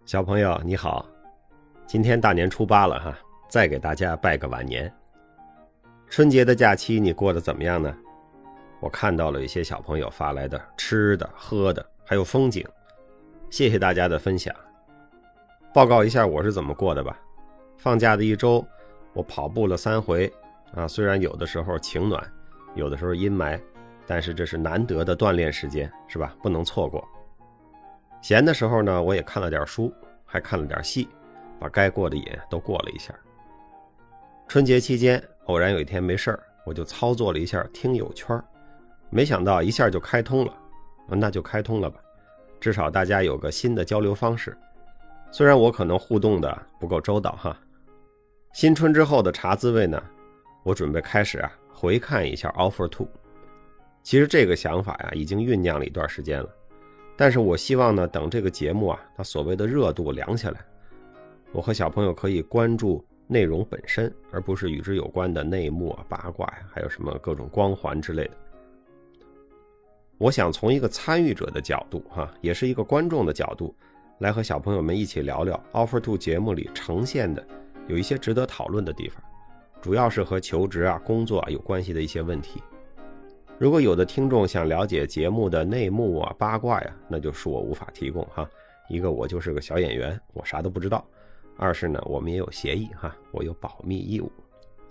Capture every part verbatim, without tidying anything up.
小朋友你好，今天大年初八了哈，再给大家拜个晚年。春节的假期你过得怎么样呢？我看到了一些小朋友发来的吃的喝的还有风景，谢谢大家的分享。报告一下我是怎么过的吧。放假的一周我跑步了三回啊，虽然有的时候晴暖有的时候阴霾，但是这是难得的锻炼时间是吧，不能错过。闲的时候呢，我也看了点书，还看了点戏，把该过的瘾都过了一下。春节期间偶然有一天没事儿，我就操作了一下听友圈，没想到一下就开通了，那就开通了吧，至少大家有个新的交流方式。虽然我可能互动的不够周到哈。新春之后的茶滋味呢，我准备开始啊回看一下 Offer Two。 其实这个想法呀已经酝酿了一段时间了，但是我希望呢等这个节目啊它所谓的热度凉下来，我和小朋友可以关注内容本身，而不是与之有关的内幕啊八卦呀，还有什么各种光环之类的。我想从一个参与者的角度哈，也是一个观众的角度来和小朋友们一起聊聊 Offer Two 节目里呈现的有一些值得讨论的地方，主要是和求职啊工作啊有关系的一些问题。如果有的听众想了解节目的内幕啊八卦呀，那就是我无法提供哈。一个我就是个小演员，我啥都不知道；二是呢我们也有协议哈，我有保密义务。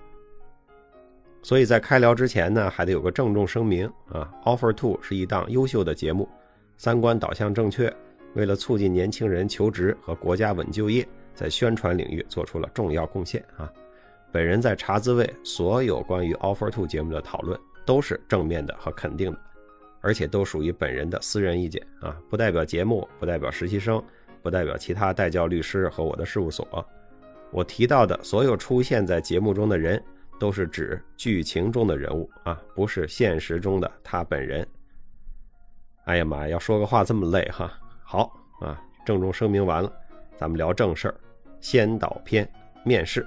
所以在开聊之前呢，还得有个郑重声明啊 Offer Two 是一档优秀的节目，三观导向正确，为了促进年轻人求职和国家稳就业，在宣传领域做出了重要贡献啊。本人在茶滋味所有关于 Offer Two 节目的讨论都是正面的和肯定的，而且都属于本人的私人意见啊，不代表节目，不代表实习生，不代表其他代教律师和我的事务所。我提到的所有出现在节目中的人都是指剧情中的人物啊，不是现实中的他本人。哎呀妈，要说个话这么累哈。好啊，郑重声明完了，咱们聊正事儿。先导篇，面试。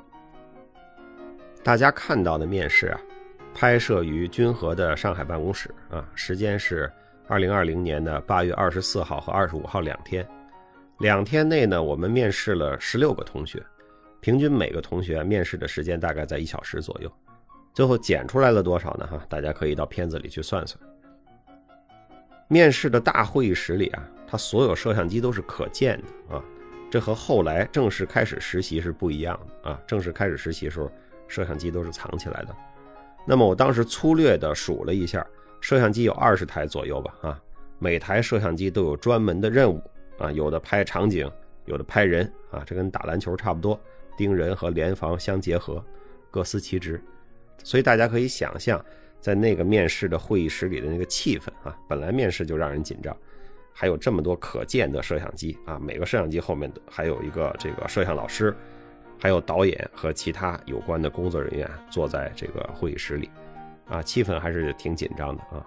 大家看到的面试啊，拍摄于君和的上海办公室啊，时间是二零二零年的八月二十四号和二十五号两天。两天内呢，我们面试了十六个同学，平均每个同学面试的时间大概在一小时左右。最后减出来了多少呢？哈，大家可以到片子里去算算。面试的大会议室里啊，它所有摄像机都是可见的啊，这和后来正式开始实习是不一样的啊。正式开始实习的时候，摄像机都是藏起来的。那么我当时粗略的数了一下，摄像机有二十台左右吧啊，每台摄像机都有专门的任务啊，有的拍场景，有的拍人啊，这跟打篮球差不多，盯人和联防相结合，各司其职。所以大家可以想象，在那个面试的会议室里的那个气氛啊，本来面试就让人紧张，还有这么多可见的摄像机啊，每个摄像机后面还有一个这个摄像老师，还有导演和其他有关的工作人员坐在这个会议室里啊，气氛还是挺紧张的啊。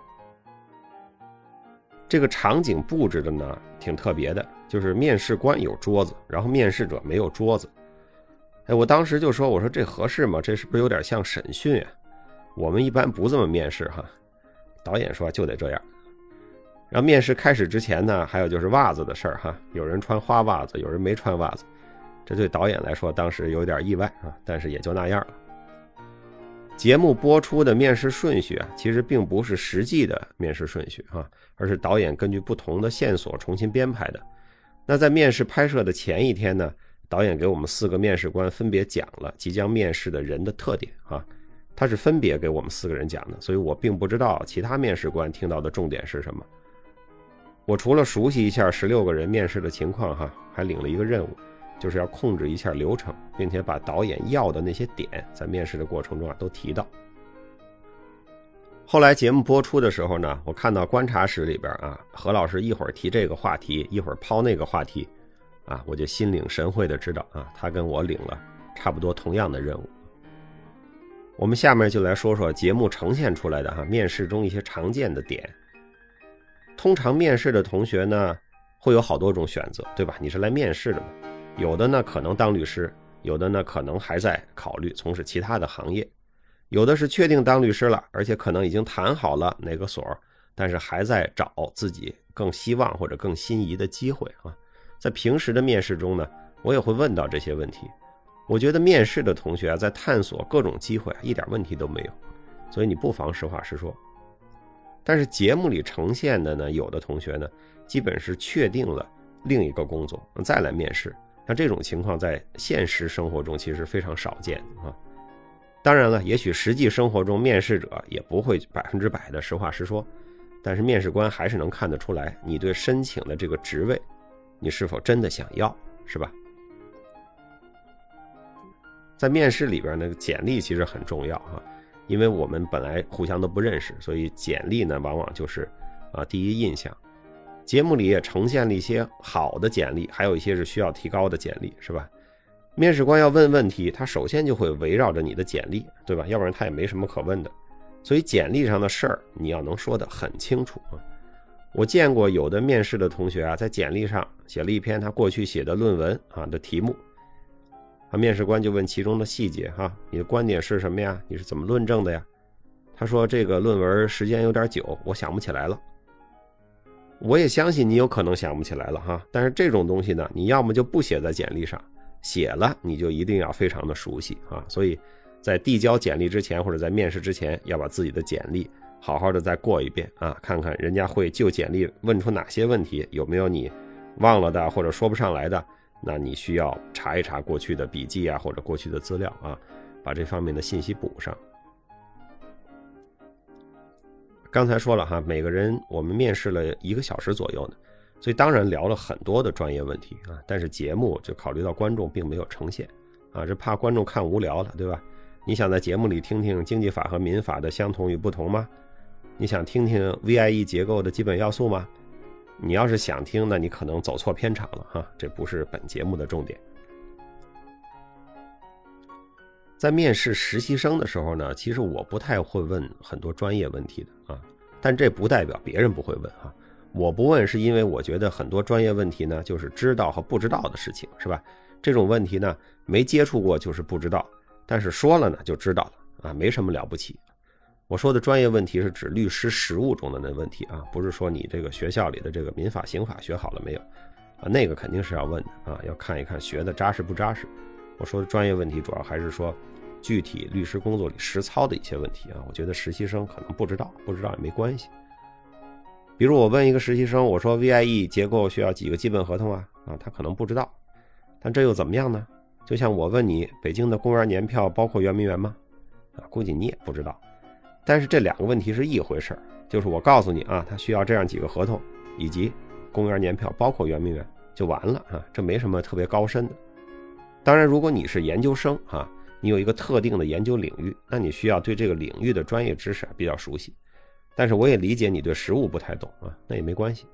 这个场景布置的呢挺特别的，就是面试官有桌子，然后面试者没有桌子。哎，我当时就说，我说这合适吗？这是不是有点像审讯啊？我们一般不这么面试哈。导演说就得这样。然后面试开始之前呢，还有就是袜子的事儿哈，有人穿花袜子，有人没穿袜子。这对导演来说当时有点意外啊，但是也就那样了。节目播出的面试顺序啊，其实并不是实际的面试顺序啊，而是导演根据不同的线索重新编排的。那在面试拍摄的前一天呢，导演给我们四个面试官分别讲了即将面试的人的特点啊，他是分别给我们四个人讲的，所以我并不知道其他面试官听到的重点是什么。我除了熟悉一下十六个人面试的情况哈，还领了一个任务，就是要控制一下流程，并且把导演要的那些点在面试的过程中啊都提到。后来节目播出的时候呢，我看到观察室里边啊，何老师一会儿提这个话题，一会儿抛那个话题啊，我就心领神会的知道啊，他跟我领了差不多同样的任务。我们下面就来说说节目呈现出来的哈面试中一些常见的点。通常面试的同学呢，会有好多种选择，对吧？你是来面试的嘛？有的呢可能当律师，有的呢可能还在考虑从事其他的行业，有的是确定当律师了，而且可能已经谈好了哪个所，但是还在找自己更希望或者更心仪的机会啊。 在平时的面试中呢，我也会问到这些问题。我觉得面试的同学啊，在探索各种机会一点问题都没有，所以你不妨实话实说。但是节目里呈现的呢，有的同学呢，基本是确定了另一个工作再来面试，像这种情况在现实生活中其实非常少见啊。当然了，也许实际生活中面试者也不会百分之百的实话实说，但是面试官还是能看得出来你对申请的这个职位你是否真的想要，是吧？在面试里边呢，简历其实很重要啊，因为我们本来互相都不认识，所以简历呢往往就是啊第一印象。节目里也呈现了一些好的简历，还有一些是需要提高的简历，是吧？面试官要问问题，他首先就会围绕着你的简历，对吧？要不然他也没什么可问的。所以简历上的事儿你要能说得很清楚啊。我见过有的面试的同学啊，在简历上写了一篇他过去写的论文啊的题目，啊，面试官就问其中的细节哈、啊，你的观点是什么呀？你是怎么论证的呀？他说这个论文时间有点久，我想不起来了。我也相信你有可能想不起来了哈，但是这种东西呢，你要么就不写在简历上，写了你就一定要非常的熟悉啊。所以在递交简历之前或者在面试之前，要把自己的简历好好的再过一遍啊，看看人家会就简历问出哪些问题，有没有你忘了的或者说不上来的，那你需要查一查过去的笔记啊或者过去的资料啊，把这方面的信息补上。刚才说了哈，每个人我们面试了一个小时左右呢，所以当然聊了很多的专业问题啊，但是节目就考虑到观众并没有呈现啊，这怕观众看无聊了，对吧？你想在节目里听听经济法和民法的相同与不同吗？你想听听 V I E 结构的基本要素吗？你要是想听呢，你可能走错片场了哈，这不是本节目的重点。在面试实习生的时候呢，其实我不太会问很多专业问题的啊，但这不代表别人不会问啊。我不问是因为我觉得很多专业问题呢，就是知道和不知道的事情，是吧？这种问题呢，没接触过就是不知道，但是说了呢就知道了啊，没什么了不起。我说的专业问题是指律师实务中的那问题啊，不是说你这个学校里的这个民法刑法学好了没有啊，那个肯定是要问的啊，要看一看学的扎实不扎实。我说的专业问题主要还是说具体律师工作里实操的一些问题啊，我觉得实习生可能不知道，不知道也没关系。比如我问一个实习生，我说 V I E 结构需要几个基本合同啊？啊，他可能不知道，但这又怎么样呢？就像我问你，北京的公园年票包括圆明园吗？啊，估计你也不知道。但是这两个问题是一回事，就是我告诉你啊，他需要这样几个合同，以及公园年票包括圆明园就完了啊，这没什么特别高深的。当然，如果你是研究生啊，你有一个特定的研究领域，那你需要对这个领域的专业知识比较熟悉。但是我也理解你对实务不太懂啊，那也没关系。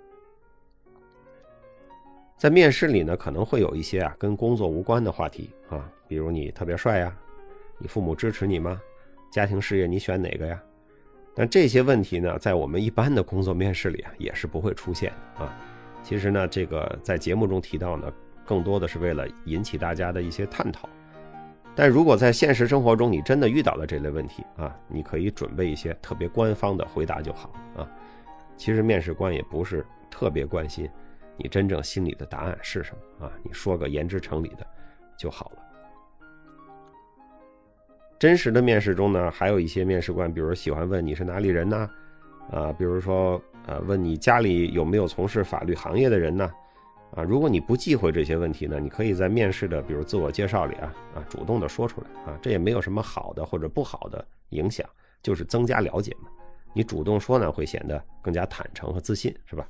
在面试里呢，可能会有一些啊跟工作无关的话题啊，比如你特别帅呀，你父母支持你吗？家庭事业你选哪个呀？但这些问题呢，在我们一般的工作面试里啊，也是不会出现的啊。其实呢，这个在节目中提到呢，更多的是为了引起大家的一些探讨。但如果在现实生活中你真的遇到了这类问题啊，你可以准备一些特别官方的回答就好啊。其实面试官也不是特别关心你真正心里的答案是什么啊，你说个言之成理的就好了。真实的面试中呢，还有一些面试官，比如喜欢问你是哪里人呢？啊，比如说呃，问你家里有没有从事法律行业的人呢？啊，如果你不忌讳这些问题呢，你可以在面试的比如自我介绍里啊啊主动的说出来啊，这也没有什么好的或者不好的影响，就是增加了解嘛。你主动说呢，会显得更加坦诚和自信，是吧？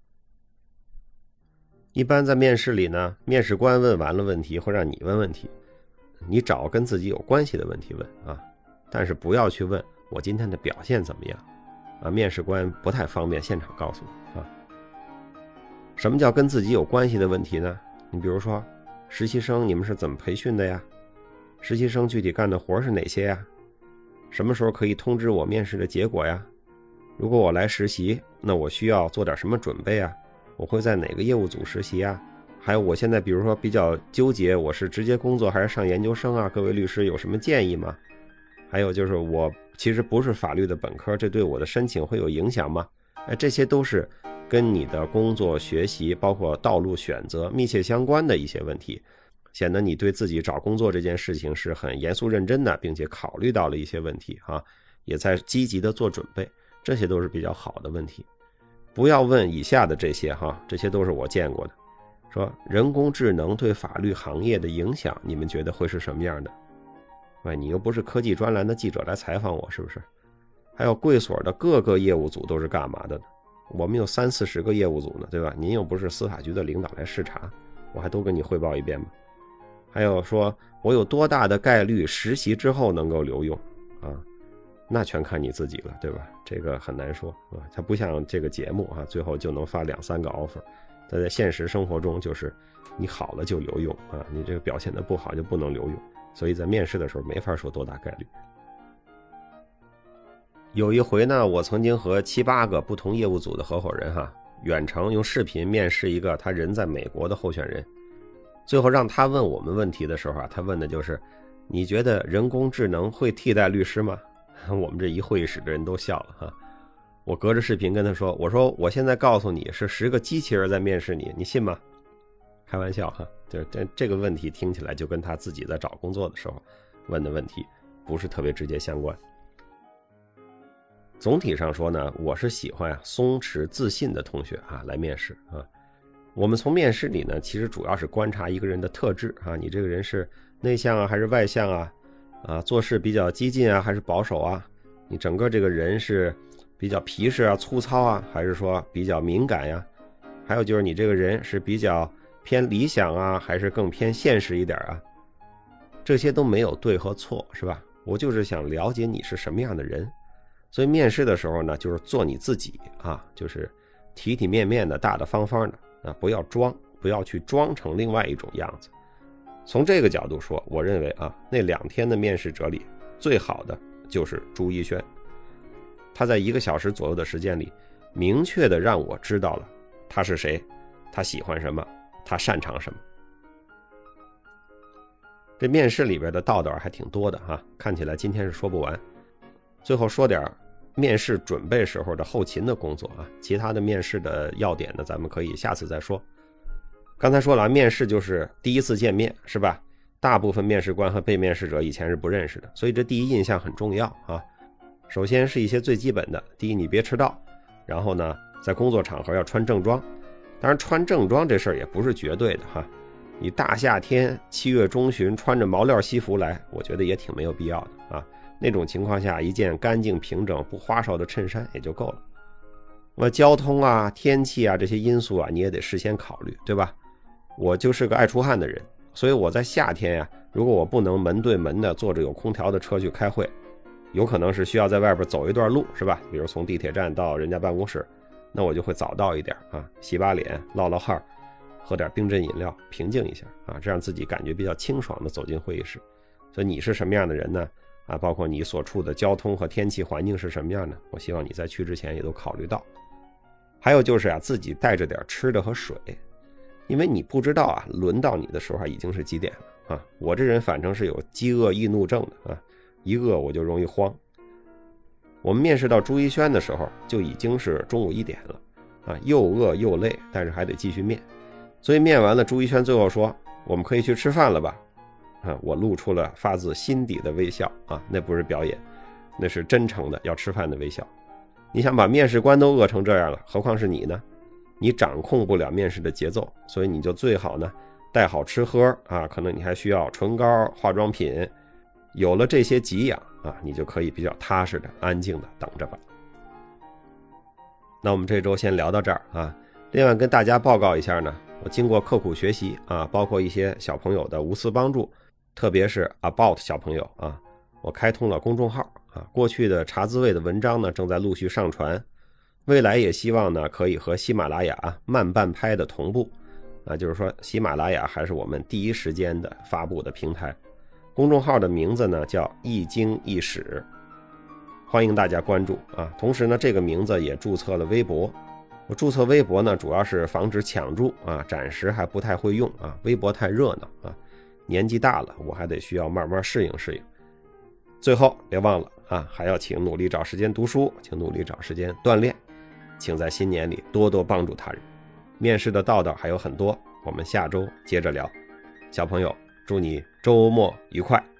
一般在面试里呢，面试官问完了问题会让你问问题，你找跟自己有关系的问题问啊，但是不要去问我今天的表现怎么样啊，面试官不太方便现场告诉你啊。什么叫跟自己有关系的问题呢？你比如说，实习生你们是怎么培训的呀？实习生具体干的活是哪些呀？什么时候可以通知我面试的结果呀？如果我来实习，那我需要做点什么准备啊？我会在哪个业务组实习啊？还有我现在比如说比较纠结，我是直接工作还是上研究生啊？各位律师有什么建议吗？还有就是我其实不是法律的本科，这对我的申请会有影响吗？哎，这些都是跟你的工作学习包括道路选择密切相关的一些问题，显得你对自己找工作这件事情是很严肃认真的，并且考虑到了一些问题啊，也在积极的做准备，这些都是比较好的问题。不要问以下的这些哈，这些都是我见过的。说人工智能对法律行业的影响，你们觉得会是什么样的？喂，你又不是科技专栏的记者来采访我，是不是？还有贵所的各个业务组都是干嘛的呢？我们有三四十个业务组呢，对吧？您又不是司法局的领导来视察，我还都跟你汇报一遍吗？还有说我有多大的概率实习之后能够留用啊？那全看你自己了，对吧？这个很难说啊，它不像这个节目啊，最后就能发两三个 offer。但在现实生活中，就是你好了就留用啊，你这个表现的不好就不能留用。所以在面试的时候没法说多大概率。有一回呢，我曾经和七八个不同业务组的合伙人哈，远程用视频面试一个他人在美国的候选人。最后让他问我们问题的时候啊，他问的就是你觉得人工智能会替代律师吗？我们这一会议室的人都笑了哈。我隔着视频跟他说，我说我现在告诉你是十个机器人在面试你，你信吗？开玩笑哈，就这这个问题听起来就跟他自己在找工作的时候问的问题不是特别直接相关。总体上说呢，我是喜欢啊松弛自信的同学啊来面试啊。我们从面试里呢，其实主要是观察一个人的特质啊，你这个人是内向啊还是外向啊？啊，做事比较激进啊还是保守啊？你整个这个人是比较皮实啊粗糙啊，还是说比较敏感呀？还有就是你这个人是比较偏理想啊，还是更偏现实一点啊？这些都没有对和错，是吧？我就是想了解你是什么样的人。所以面试的时候呢，就是做你自己啊，就是体体面面的大大方方的啊，不要装，不要去装成另外一种样子。从这个角度说，我认为啊，那两天的面试者里最好的就是朱一轩。他在一个小时左右的时间里，明确的让我知道了他是谁，他喜欢什么，他擅长什么。这面试里边的道道还挺多的哈，看起来今天是说不完。最后说点面试准备时候的后勤的工作啊，其他的面试的要点呢，咱们可以下次再说。刚才说了，面试就是第一次见面，是吧？大部分面试官和被面试者以前是不认识的，所以这第一印象很重要啊。首先是一些最基本的，第一，你别迟到，然后呢，在工作场合要穿正装。当然穿正装这事儿也不是绝对的哈，你大夏天七月中旬穿着毛料西服来，我觉得也挺没有必要的啊。那种情况下，一件干净平整不花哨的衬衫也就够了。那么交通啊天气啊这些因素啊你也得事先考虑，对吧？我就是个爱出汗的人，所以我在夏天呀、啊，如果我不能门对门的坐着有空调的车去开会，有可能是需要在外边走一段路，是吧？比如从地铁站到人家办公室，那我就会早到一点啊，洗把脸唠唠汗，喝点冰镇饮料平静一下啊，这样自己感觉比较清爽的走进会议室。所以你是什么样的人呢？啊，包括你所处的交通和天气环境是什么样的，我希望你在去之前也都考虑到。还有就是啊，自己带着点吃的和水，因为你不知道啊，轮到你的时候已经是几点了啊。我这人反正是有饥饿易怒症的啊，一饿我就容易慌。我们面试到朱一轩的时候就已经是中午一点了啊，又饿又累，但是还得继续面。所以面完了，朱一轩最后说：“我们可以去吃饭了吧？”啊，我露出了发自心底的微笑啊，那不是表演，那是真诚的要吃饭的微笑。你想把面试官都饿成这样了，何况是你呢？你掌控不了面试的节奏，所以你就最好呢带好吃喝啊，可能你还需要唇膏、化妆品，有了这些给养啊，你就可以比较踏实的、安静的等着吧。那我们这周先聊到这儿啊。另外跟大家报告一下呢，我经过刻苦学习啊，包括一些小朋友的无私帮助，特别是 About 小朋友啊，我开通了公众号啊，过去的茶滋味的文章呢正在陆续上传，未来也希望呢可以和喜马拉雅慢半拍的同步啊，就是说喜马拉雅还是我们第一时间的发布的平台。公众号的名字呢叫一经一史，欢迎大家关注啊。同时呢，这个名字也注册了微博。我注册微博呢，主要是防止抢注啊，暂时还不太会用啊，微博太热闹啊，年纪大了，我还得需要慢慢适应适应。最后别忘了啊，还要请努力找时间读书，请努力找时间锻炼， 请在新年里多多帮助他人。面试的道道还有很多，我们下周接着聊。小朋友，祝你周末愉快。